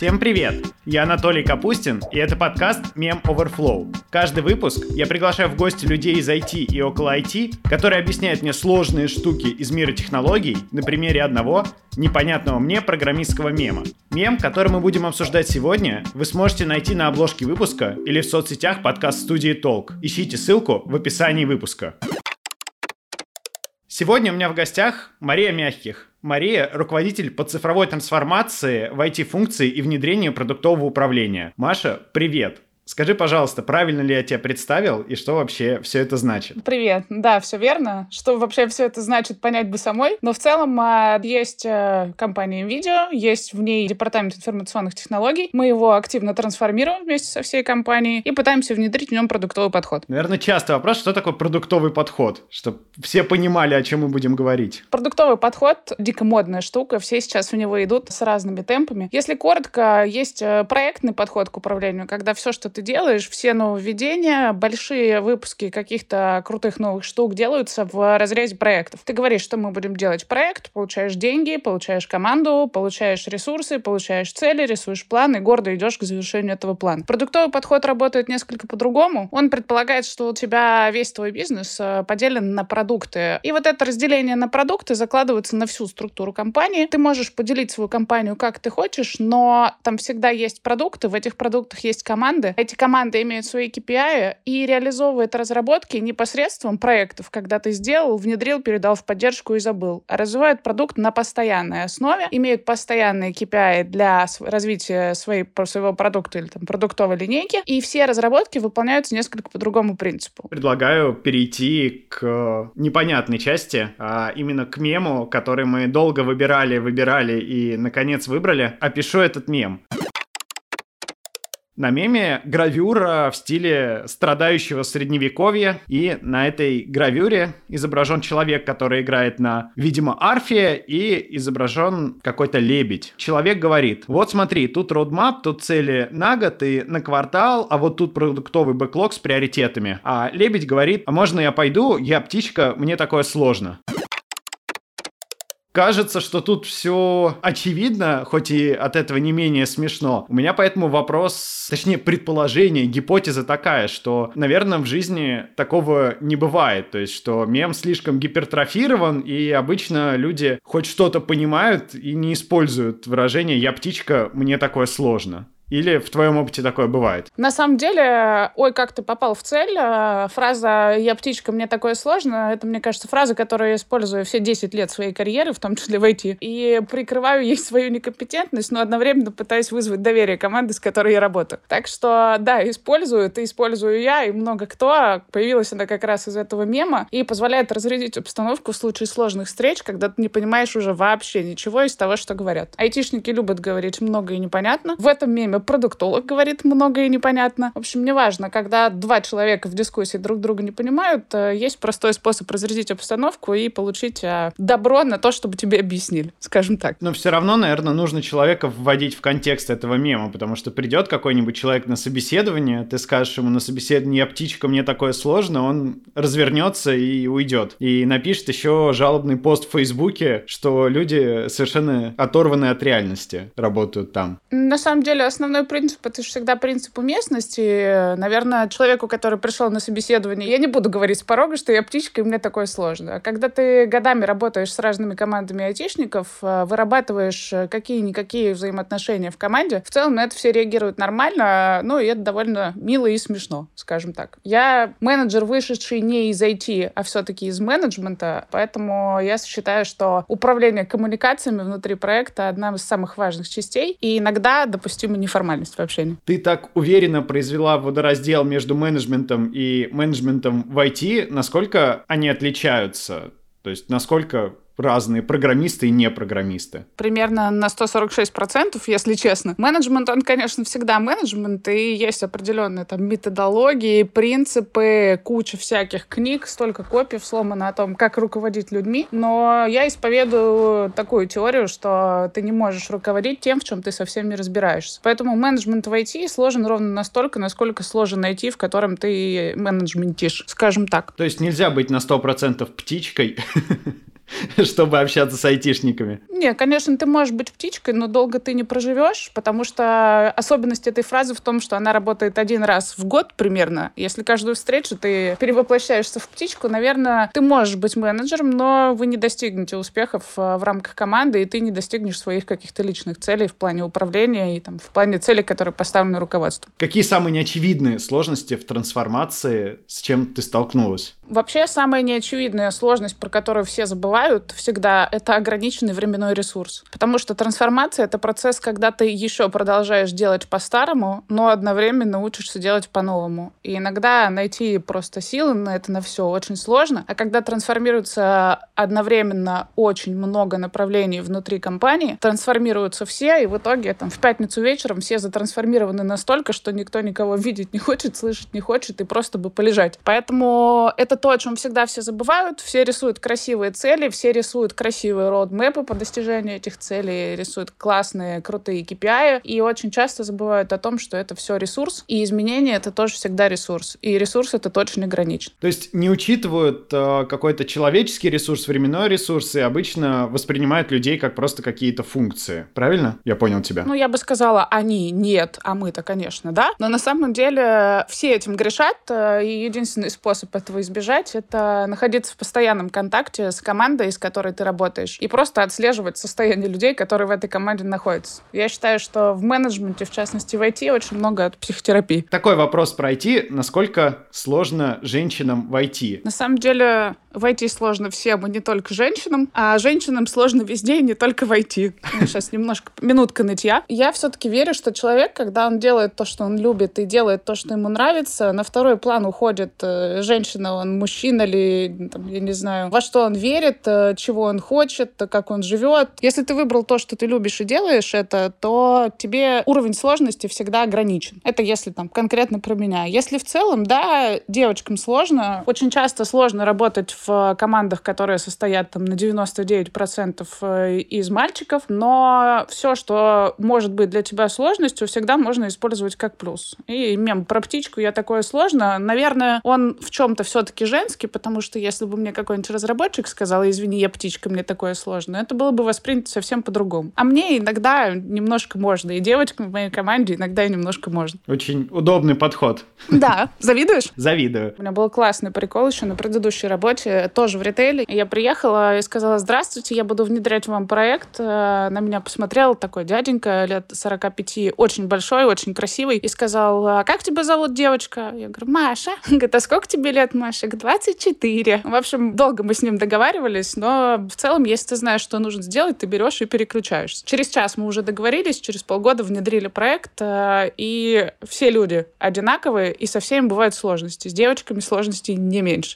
Всем привет! Я Анатолий Капустин, и это подкаст Mem Overflow. Каждый выпуск я приглашаю в гости людей из IT и около IT, которые объясняют мне сложные штуки из мира технологий на примере одного непонятного мне программистского мема. Мем, который мы будем обсуждать сегодня, вы сможете найти на обложке выпуска или в соцсетях подкаст-студии Толк. Ищите ссылку в описании выпуска. Сегодня у меня в гостях Мария Мягких. Мария – руководитель по цифровой трансформации в IT-функции и внедрению продуктового управления. Маша, привет! Скажи, пожалуйста, правильно ли я тебя представил и что вообще все это значит? Привет. Да, все верно. Что вообще все это значит, понять бы самой. Но в целом есть компания NVIDIA, есть в ней департамент информационных технологий. Мы его активно трансформируем вместе со всей компанией и пытаемся внедрить в нем продуктовый подход. Наверное, частый вопрос, что такое продуктовый подход, чтобы все понимали, о чем мы будем говорить. Продуктовый подход — дико модная штука, все сейчас в него идут с разными темпами. Если коротко, есть проектный подход к управлению, когда все, что ты делаешь, все нововведения, большие выпуски каких-то крутых новых штук делаются в разрезе проектов. Ты говоришь, что мы будем делать проект, получаешь деньги, получаешь команду, получаешь ресурсы, получаешь цели, рисуешь план и гордо идешь к завершению этого плана. Продуктовый подход работает несколько по-другому. Он предполагает, что у тебя весь твой бизнес поделен на продукты. И вот это разделение на продукты закладывается на всю структуру компании. Ты можешь поделить свою компанию как ты хочешь, но там всегда есть продукты, в этих продуктах есть команды. Эти команды имеют свои KPI и реализовывают разработки не посредством проектов, когда ты сделал, внедрил, передал в поддержку и забыл, а развивают продукт на постоянной основе, имеют постоянные KPI для развития своего продукта или там, продуктовой линейки, и все разработки выполняются несколько по другому принципу. Предлагаю перейти к непонятной части, а именно к мему, который мы долго выбирали и, наконец, выбрали. Опишу этот мем. На меме гравюра в стиле страдающего средневековья, и на этой гравюре изображен человек, который играет на, видимо, арфе, и изображен какой-то лебедь. Человек говорит: вот смотри, тут roadmap, тут цели на год и на квартал, а вот тут продуктовый бэклог с приоритетами. А лебедь говорит: а можно я пойду? Я птичка, мне такое сложно. Кажется, что тут все очевидно, хоть и от этого не менее смешно. У меня поэтому вопрос, точнее предположение, гипотеза такая, что, наверное, в жизни такого не бывает. То есть, что мем слишком гипертрофирован, и обычно люди хоть что-то понимают и не используют выражение «я птичка, мне такое сложно». Или в твоем опыте такое бывает? На самом деле, ой, как ты попал в цель, фраза «я птичка, мне такое сложно», это, мне кажется, фраза, которую я использую все 10 лет своей карьеры, в том числе в IT, и прикрываю ей свою некомпетентность, но одновременно пытаюсь вызвать доверие команды, с которой я работаю. Так что, да, использую я, и много кто. Появилась она как раз из этого мема и позволяет разрядить обстановку в случае сложных встреч, когда ты не понимаешь уже вообще ничего из того, что говорят. Айтишники любят говорить много и непонятно. В этом меме продуктолог говорит много и непонятно. В общем, неважно, когда два человека в дискуссии друг друга не понимают, есть простой способ разрядить обстановку и получить добро на то, чтобы тебе объяснили, скажем так. Но все равно, наверное, нужно человека вводить в контекст этого мема, потому что придет какой-нибудь человек на собеседование, ты скажешь ему на собеседовании: я птичка, мне такое сложно, он развернется и уйдет. И напишет еще жалобный пост в Фейсбуке, что люди совершенно оторваны от реальности работают там. На самом деле, основной принцип — это же всегда принцип уместности. Наверное, человеку, который пришел на собеседование, я не буду говорить с порога, что я птичка, и мне такое сложно. Когда ты годами работаешь с разными командами айтишников, вырабатываешь какие-никакие взаимоотношения в команде, в целом на это все реагируют нормально, и это довольно мило и смешно, скажем так. Я менеджер, вышедший не из IT, а все-таки из менеджмента, поэтому я считаю, что управление коммуникациями внутри проекта — одна из самых важных частей, и иногда допустима неформальность в общении. Ты так уверенно произвела водораздел между менеджментом и менеджментом в IT. Насколько они отличаются? То есть, насколько разные программисты и непрограммисты? Примерно на 146%, если честно. Менеджмент, он, конечно, всегда менеджмент, и есть определенные там методологии, принципы, куча всяких книг, столько копиев сломано о том, как руководить людьми, но я исповедую такую теорию, что ты не можешь руководить тем, в чем ты совсем не разбираешься. Поэтому менеджмент в IT сложен ровно настолько, насколько сложен IT, в котором ты менеджментишь, скажем так. То есть нельзя быть на 100% птичкой чтобы общаться с айтишниками. Не, конечно, ты можешь быть птичкой, но долго ты не проживешь, потому что особенность этой фразы в том, что она работает один раз в год примерно. Если каждую встречу ты перевоплощаешься в птичку, наверное, ты можешь быть менеджером, но вы не достигнете успехов в рамках команды, и ты не достигнешь своих каких-то личных целей в плане управления и там, в плане целей, которые поставлены руководством. Какие самые неочевидные сложности в трансформации, с чем ты столкнулась? Вообще, самая неочевидная сложность, про которую все забывают всегда, это ограниченный временной ресурс. Потому что трансформация — это процесс, когда ты еще продолжаешь делать по-старому, но одновременно учишься делать по-новому. И иногда найти просто силы на это, на все, очень сложно. А когда трансформируется одновременно очень много направлений внутри компании, трансформируются все, и в итоге там, в пятницу вечером все затрансформированы настолько, что никто никого видеть не хочет, слышать не хочет, и просто бы полежать. Поэтому это то, о чем всегда все забывают. Все рисуют красивые цели, все рисуют красивые роудмэпы по достижению этих целей, рисуют классные, крутые KPI, и очень часто забывают о том, что это все ресурс, и изменения — это тоже всегда ресурс. И ресурс этот очень ограничен. То есть не учитывают какой-то человеческий ресурс, временной ресурс, и обычно воспринимают людей как просто какие-то функции. Правильно? Я понял тебя. Ну, я бы сказала, они нет, а мы-то, конечно, да. Но на самом деле все этим грешат, и единственный способ этого избежать — это находиться в постоянном контакте с командой, с которой ты работаешь, и просто отслеживать состояние людей, которые в этой команде находятся. Я считаю, что в менеджменте, в частности в IT, очень много от психотерапии. Такой вопрос про IT. Насколько сложно женщинам в IT? На самом деле в IT сложно всем, и не только женщинам, а женщинам сложно везде, и не только в IT. Сейчас немножко минутка нытья. Я все-таки верю, что человек, когда он делает то, что он любит, и делает то, что ему нравится, на второй план уходит женщина, он мужчина или, там, я не знаю, во что он верит, чего он хочет, как он живет. Если ты выбрал то, что ты любишь и делаешь это, то тебе уровень сложности всегда ограничен. Это если там конкретно про меня. Если в целом, да, девочкам сложно. Очень часто сложно работать в командах, которые состоят там на 99% из мальчиков, но все, что может быть для тебя сложностью, всегда можно использовать как плюс. И мем про птичку «я такое сложно», наверное, он в чем-то все-таки женский, потому что если бы мне какой-нибудь разработчик сказал: извини, я птичка, мне такое сложно, это было бы воспринято совсем по-другому. А мне иногда немножко можно, и девочкам в моей команде иногда немножко можно. Очень удобный подход. Да. Завидуешь? Завидую. У меня был классный прикол еще на предыдущей работе, тоже в ритейле. Я приехала и сказала: здравствуйте, я буду внедрять вам проект. На меня посмотрел такой дяденька лет 45, очень большой, очень красивый, и сказал: а как тебя зовут, девочка? Я говорю: Маша. Он говорит: а сколько тебе лет, Маша? Я говорю: 24. В общем, долго мы с ним договаривались, но в целом, если ты знаешь, что нужно сделать, ты берешь и переключаешься. Через час мы уже договорились, через полгода внедрили проект, и все люди одинаковые, и со всеми бывают сложности. С девочками сложностей не меньше.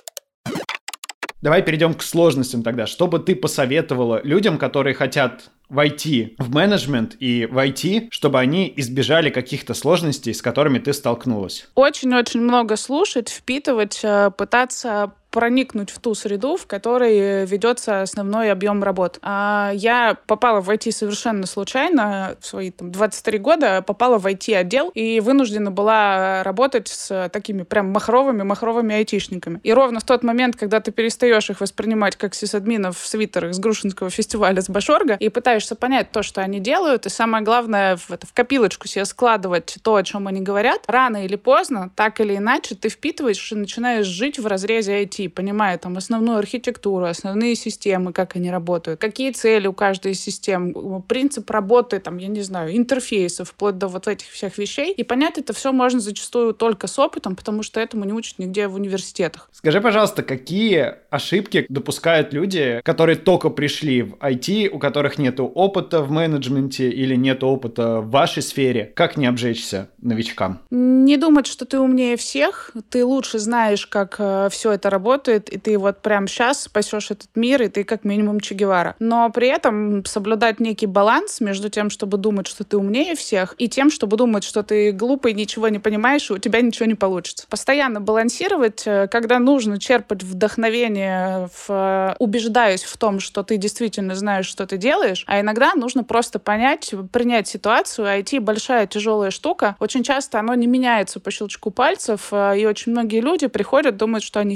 Давай перейдем к сложностям тогда. Что бы ты посоветовала людям, которые хотят войти в менеджмент и в IT, чтобы они избежали каких-то сложностей, с которыми ты столкнулась? Очень-очень много слушать, впитывать, пытаться проникнуть в ту среду, в которой ведется основной объем работ. Я попала в IT совершенно случайно, в свои 23 года попала в IT-отдел и вынуждена была работать с такими прям махровыми айтишниками. И ровно в тот момент, когда ты перестаешь их воспринимать как сисадминов в свитерах с Грушинского фестиваля с Башорга и пытаешься понять то, что они делают, и самое главное в копилочку себе складывать то, о чем они говорят, рано или поздно, так или иначе, ты впитываешь и начинаешь жить в разрезе IT, понимая там основную архитектуру, основные системы, как они работают, какие цели у каждой из систем, принцип работы, там, я не знаю, интерфейсов, вплоть до вот этих всех вещей. И понять это все можно зачастую только с опытом, потому что этому не учат нигде в университетах. Скажи, пожалуйста, какие ошибки допускают люди, которые только пришли в IT, у которых нет опыта в менеджменте или нет опыта в вашей сфере? Как не обжечься новичкам? Не думать, что ты умнее всех, ты лучше знаешь, как все это работает, и ты вот прямо сейчас спасешь этот мир, и ты как минимум Че Гевара. Но при этом соблюдать некий баланс между тем, чтобы думать, что ты умнее всех, и тем, чтобы думать, что ты глупый, ничего не понимаешь, и у тебя ничего не получится. Постоянно балансировать, когда нужно черпать вдохновение, убеждаясь в том, что ты действительно знаешь, что ты делаешь, а иногда нужно просто принять ситуацию. IT — большая тяжелая штука. Очень часто оно не меняется по щелчку пальцев, и очень многие люди приходят, думают, что они сейчас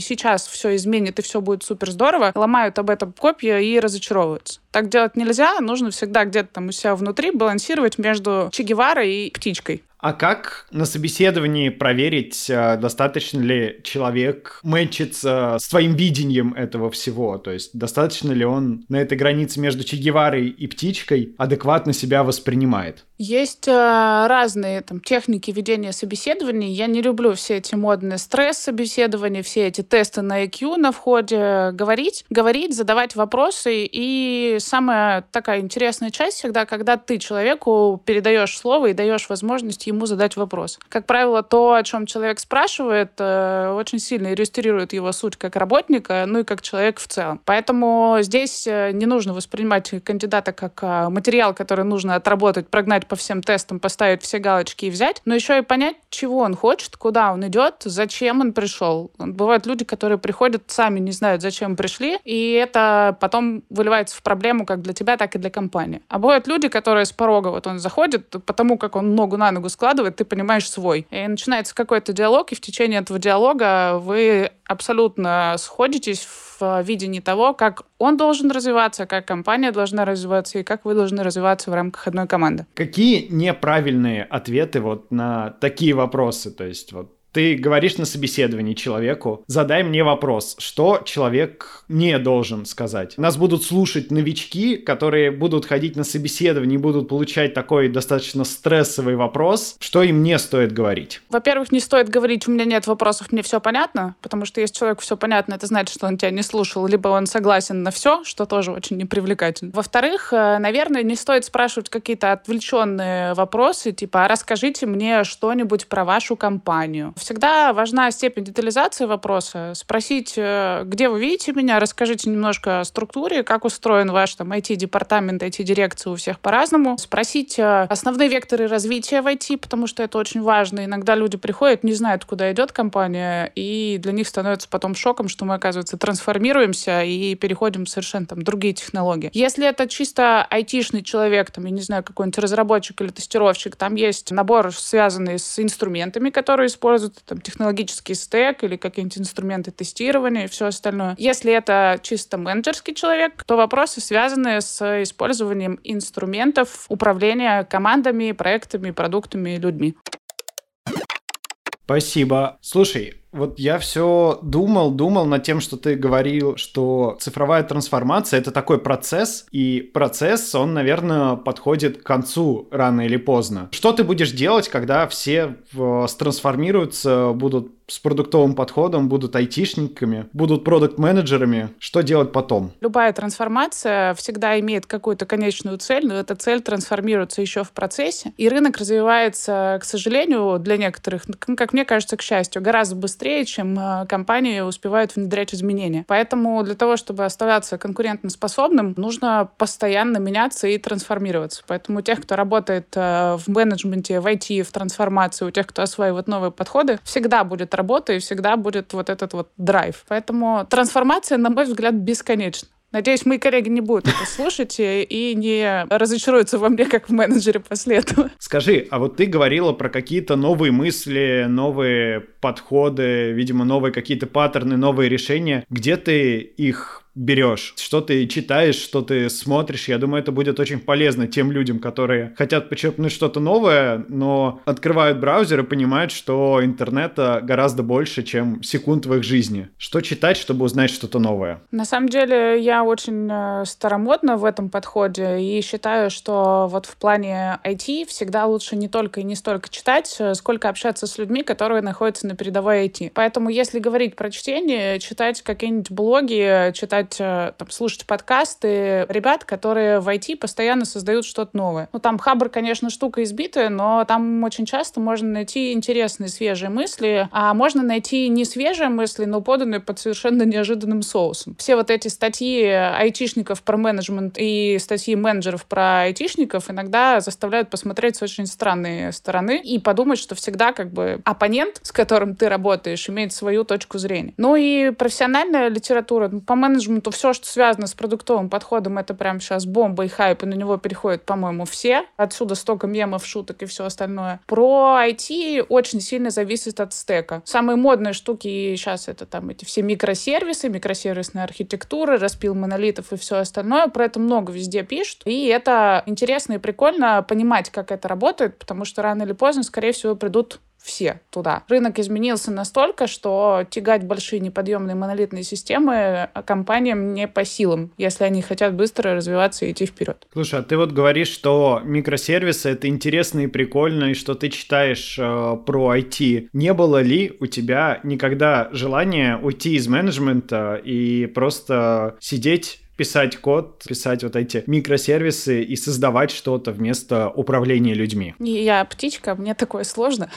сейчас все изменит и все будет супер здорово, ломают об этом копья и разочаровываются. Так делать нельзя, нужно всегда где-то там у себя внутри балансировать между Че Геварой и птичкой. А как на собеседовании проверить, достаточно ли человек мэчится с твоим видением этого всего? То есть достаточно ли он на этой границе между Че Геварой и птичкой адекватно себя воспринимает? Есть разные техники ведения собеседований. Я не люблю все эти модные стресс-собеседования, все эти тесты на IQ на входе. Говорить, задавать вопросы. И самая такая интересная часть всегда, когда ты человеку передаешь слово и даешь возможность ему задать вопрос. Как правило, то, о чем человек спрашивает, очень сильно иллюстрирует его суть как работника, ну и как человек в целом. Поэтому здесь не нужно воспринимать кандидата как материал, который нужно отработать, прогнать по всем тестам, поставить все галочки и взять, но еще и понять, чего он хочет, куда он идет, зачем он пришел. Бывают люди, которые приходят, сами не знают, зачем пришли, и это потом выливается в проблему как для тебя, так и для компании. А бывают люди, которые с порога, вот он заходит, потому как он ногу на ногу складывает, ты понимаешь свой. И начинается какой-то диалог, и в течение этого диалога вы абсолютно сходитесь в видении того, как он должен развиваться, как компания должна развиваться и как вы должны развиваться в рамках одной команды. Какие неправильные ответы вот на такие вопросы? То есть вот ты говоришь на собеседовании человеку, задай мне вопрос, что человек не должен сказать. Нас будут слушать новички, которые будут ходить на собеседование и будут получать такой достаточно стрессовый вопрос, что им не стоит говорить. Во-первых, не стоит говорить, у меня нет вопросов, мне все понятно, потому что если человеку все понятно, это значит, что он тебя не слушал, либо он согласен на все, что тоже очень непривлекательно. Во-вторых, наверное, не стоит спрашивать какие-то отвлеченные вопросы, типа, расскажите мне что-нибудь про вашу компанию. Всегда важна степень детализации вопроса. Спросить, где вы видите меня, расскажите немножко о структуре, как устроен ваш IT-департамент, IT-дирекция у всех по-разному. Спросить основные векторы развития в IT, потому что это очень важно. Иногда люди приходят, не знают, куда идет компания, и для них становится потом шоком, что мы, оказывается, трансформируемся и переходим в совершенно другие технологии. Если это чисто айтишный человек, я не знаю, какой-нибудь разработчик или тестировщик, там есть набор, связанный с инструментами, которые используют технологический стэк или какие-нибудь инструменты тестирования и все остальное. Если это чисто менеджерский человек, то вопросы связаны с использованием инструментов управления командами, проектами, продуктами и людьми. Спасибо. Слушай, вот я все думал над тем, что ты говорил, что цифровая трансформация — это такой процесс, и процесс, он, наверное, подходит к концу рано или поздно. Что ты будешь делать, когда все трансформируются, будут с продуктовым подходом, будут айтишниками, будут продакт-менеджерами? Что делать потом? Любая трансформация всегда имеет какую-то конечную цель, но эта цель трансформируется еще в процессе, и рынок развивается, к сожалению, для некоторых, как мне кажется, к счастью, гораздо быстрее, чем компании успевают внедрять изменения. Поэтому для того, чтобы оставаться конкурентоспособным, нужно постоянно меняться и трансформироваться. Поэтому у тех, кто работает в менеджменте, в IT, в трансформации, у тех, кто осваивает новые подходы, всегда будет работа и всегда будет вот этот драйв. Поэтому трансформация, на мой взгляд, бесконечна. Надеюсь, мои коллеги не будут это слушать и не разочаруются во мне, как в менеджере после этого. Скажи, а вот ты говорила про какие-то новые мысли, новые подходы, видимо, новые какие-то паттерны, новые решения. Где ты их берешь? Что ты читаешь, что ты смотришь? Я думаю, это будет очень полезно тем людям, которые хотят почерпнуть что-то новое, но открывают браузер и понимают, что интернета гораздо больше, чем секунд в их жизни. Что читать, чтобы узнать что-то новое? На самом деле, я очень старомодна в этом подходе и считаю, что вот в плане IT всегда лучше не только и не столько читать, сколько общаться с людьми, которые находятся на передовой IT. Поэтому, если говорить про чтение, читать какие-нибудь блоги, читать, слушать подкасты ребят, которые в IT постоянно создают что-то новое. Там Хабр, конечно, штука избитая, но там очень часто можно найти интересные, свежие мысли, а можно найти не свежие мысли, но поданные под совершенно неожиданным соусом. Все вот эти статьи айтишников про менеджмент и статьи менеджеров про айтишников иногда заставляют посмотреть с очень странной стороны и подумать, что всегда оппонент, с которым ты работаешь, имеет свою точку зрения. Ну и профессиональная литература по менеджменту менеджменту все, что связано с продуктовым подходом, это прям сейчас бомба и хайп, и на него переходят, по-моему, все. Отсюда столько мемов, шуток и все остальное. Про IT очень сильно зависит от стека. Самые модные штуки сейчас это там эти все микросервисы, микросервисная архитектура, распил монолитов и все остальное. Про это много везде пишут. И это интересно и прикольно понимать, как это работает, потому что рано или поздно, скорее всего, придут все туда. Рынок изменился настолько, что тягать большие неподъемные монолитные системы компаниям не по силам, если они хотят быстро развиваться и идти вперед. Слушай, а ты вот говоришь, что микросервисы — это интересно и прикольно, и что ты читаешь про IT. Не было ли у тебя никогда желания уйти из менеджмента и просто сидеть, писать код, писать вот эти микросервисы и создавать что-то вместо управления людьми? Я птичка, мне такое сложно.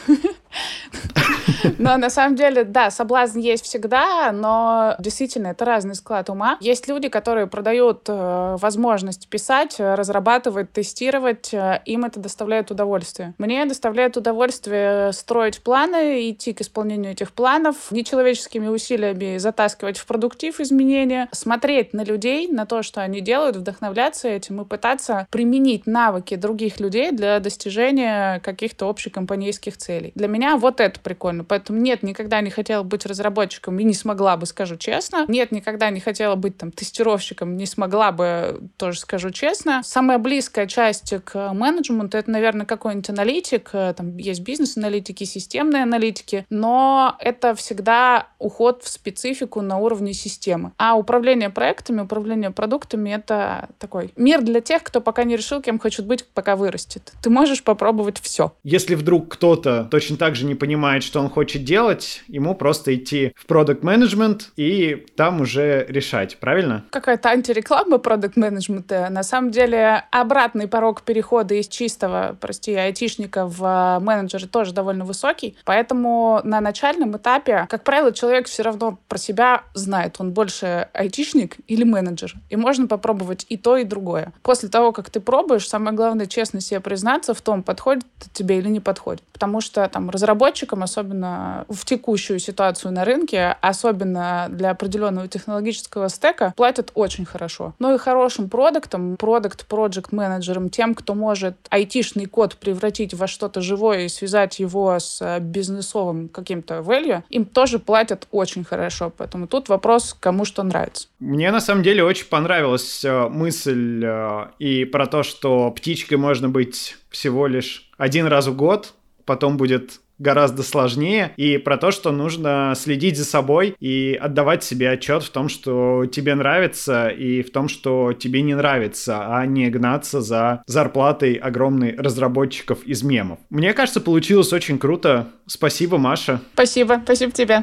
Но на самом деле, да, соблазн есть всегда, но действительно это разный склад ума. Есть люди, которые продают возможность писать, разрабатывать, тестировать, им это доставляет удовольствие. Мне доставляет удовольствие строить планы, идти к исполнению этих планов, нечеловеческими усилиями затаскивать в продуктив изменения, смотреть на людей, на то, что они делают, вдохновляться этим и пытаться применить навыки других людей для достижения каких-то общекомпанейских целей. Для меня вот это прикольно. Поэтому нет, никогда не хотела быть разработчиком и не смогла бы, скажу честно. Нет, никогда не хотела быть там тестировщиком, не смогла бы, тоже скажу честно. Самая близкая часть к менеджменту — это, наверное, какой-нибудь аналитик. Там есть бизнес-аналитики, системные аналитики, но это всегда уход в специфику на уровне системы. А управление проектами, управление продуктами — это такой мир для тех, кто пока не решил, кем хочет быть, пока вырастет. Ты можешь попробовать все. Если вдруг кто-то точно так же не понимает, что он хочет делать, ему просто идти в продакт-менеджмент и там уже решать, правильно? Какая-то антиреклама продакт-менеджмента. На самом деле обратный порог перехода из чистого, айтишника в менеджера тоже довольно высокий. Поэтому на начальном этапе, как правило, человек все равно про себя знает, он больше айтишник или менеджер. И можно попробовать и то, и другое. После того, как ты пробуешь, самое главное честно себе признаться в том, подходит это тебе или не подходит. Потому что там разработчикам, особенно в текущую ситуацию на рынке, особенно для определенного технологического стека, платят очень хорошо. Но и хорошим продуктам, проджект-менеджерам, тем, кто может айтишный код превратить во что-то живое и связать его с бизнесовым каким-то value, им тоже платят очень хорошо. Поэтому тут вопрос, кому что нравится. Мне на самом деле очень понравилась мысль и про то, что птичкой можно быть всего лишь один раз в год, потом будет гораздо сложнее, и про то, что нужно следить за собой и отдавать себе отчет в том, что тебе нравится, и в том, что тебе не нравится, а не гнаться за зарплатой огромной разработчиков из мемов. Мне кажется, получилось очень круто. Спасибо, Маша. Спасибо тебе.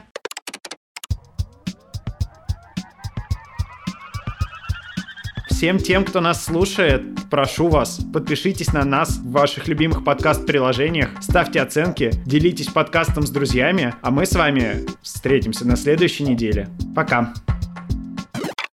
Всем тем, кто нас слушает, прошу вас, подпишитесь на нас в ваших любимых подкаст-приложениях, ставьте оценки, делитесь подкастом с друзьями, а мы с вами встретимся на следующей неделе. Пока!